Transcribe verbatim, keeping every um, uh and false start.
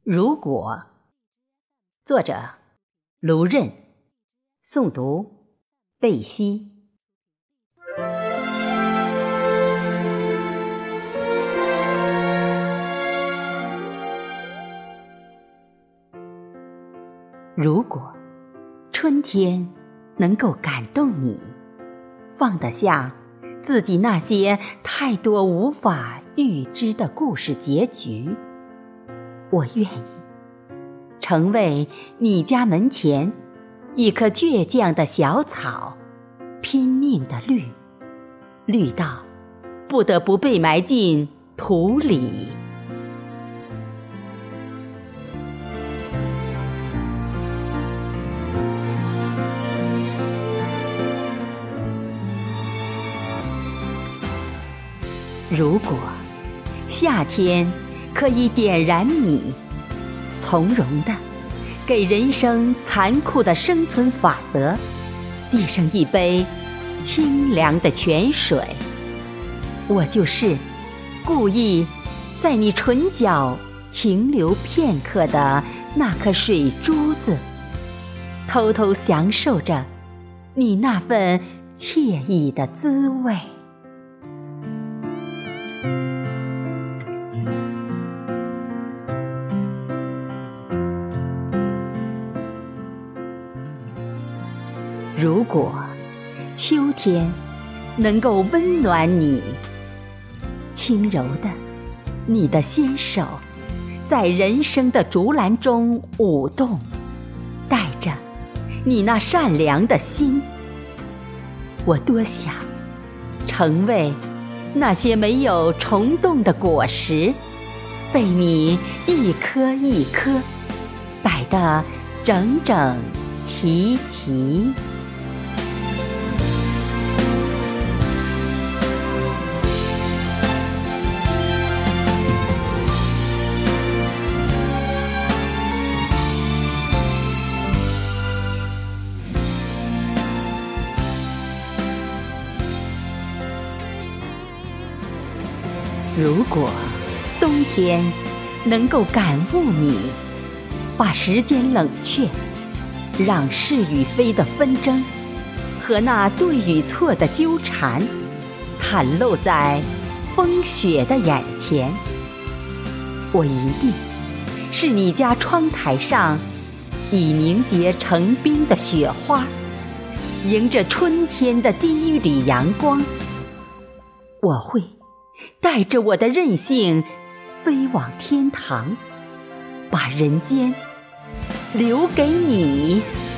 如果，作者卢任，诵读贝西。如果春天能够感动你，放得下自己那些太多无法预知的故事结局，我愿意成为你家门前一棵倔强的小草，拼命的绿，绿到不得不被埋进土里。如果夏天可以点燃你，从容地给人生残酷的生存法则递上一杯清凉的泉水，我就是故意在你唇角停留片刻的那颗水珠子，偷偷享受着你那份惬意的滋味。如果秋天能够温暖你，轻柔的你的纤手在人生的竹篮中舞动，带着你那善良的心，我多想成为那些没有虫洞的果实，被你一颗一颗摆得整整齐齐。如果冬天能够感悟你，把时间冷却，让是与非的纷争和那对与错的纠缠袒露在风雪的眼前，我一定是你家窗台上已凝结成冰的雪花，迎着春天的第一缕阳光，我会带着我的韧性飞往天堂，把人间留给你。